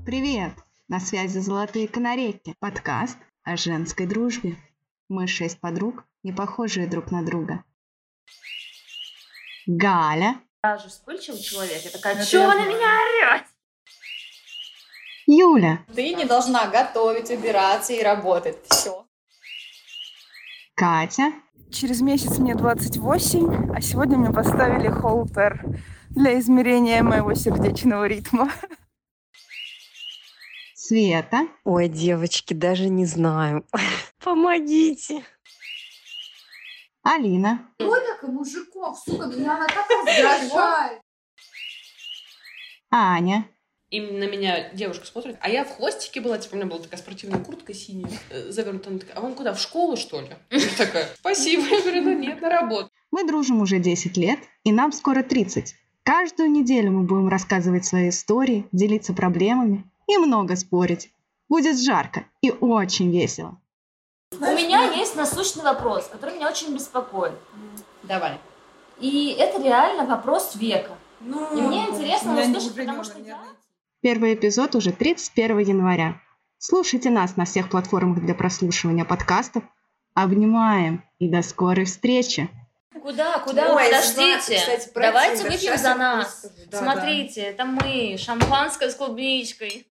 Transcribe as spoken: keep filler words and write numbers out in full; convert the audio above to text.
Привет! На связи «Золотые канарейки» – подкаст о женской дружбе. Мы шесть подруг, не похожие друг на друга. Галя. Я же вспыльчивый человек. Я такая, чё вы на меня орёте? Юля. Ты не должна готовить, убираться и работать. Все. Катя. Через месяц мне двадцать восемь, а сегодня мне поставили холтер для измерения моего сердечного ритма. Света. Ой, девочки, даже не знаю. Помогите. Алина. Сколько мужиков, сука, меня она так раздражает. Аня. И на меня девушка смотрит, а я в хвостике была, типа, у меня была такая спортивная куртка синяя, э, завернута, она такая, а вам куда, в школу, что ли? Я такая, спасибо, я говорю, ну нет, на работу. Мы дружим уже десять лет, и нам скоро тридцать. Каждую неделю мы будем рассказывать свои истории, делиться проблемами и много спорить. Будет жарко и очень весело. У меня есть насущный вопрос, который меня очень беспокоит. Давай. И это реально вопрос века. Ну, И мне интересно услышать, потому что я... Первый эпизод уже тридцать первого января. Слушайте нас на всех платформах для прослушивания подкастов. Обнимаем и до скорой встречи! Куда, куда? Ой, Подождите. кстати, про Давайте Тиндер. выпьем Сейчас за я нас. расскажу. Да, Смотрите, это мы, шампанское с клубничкой.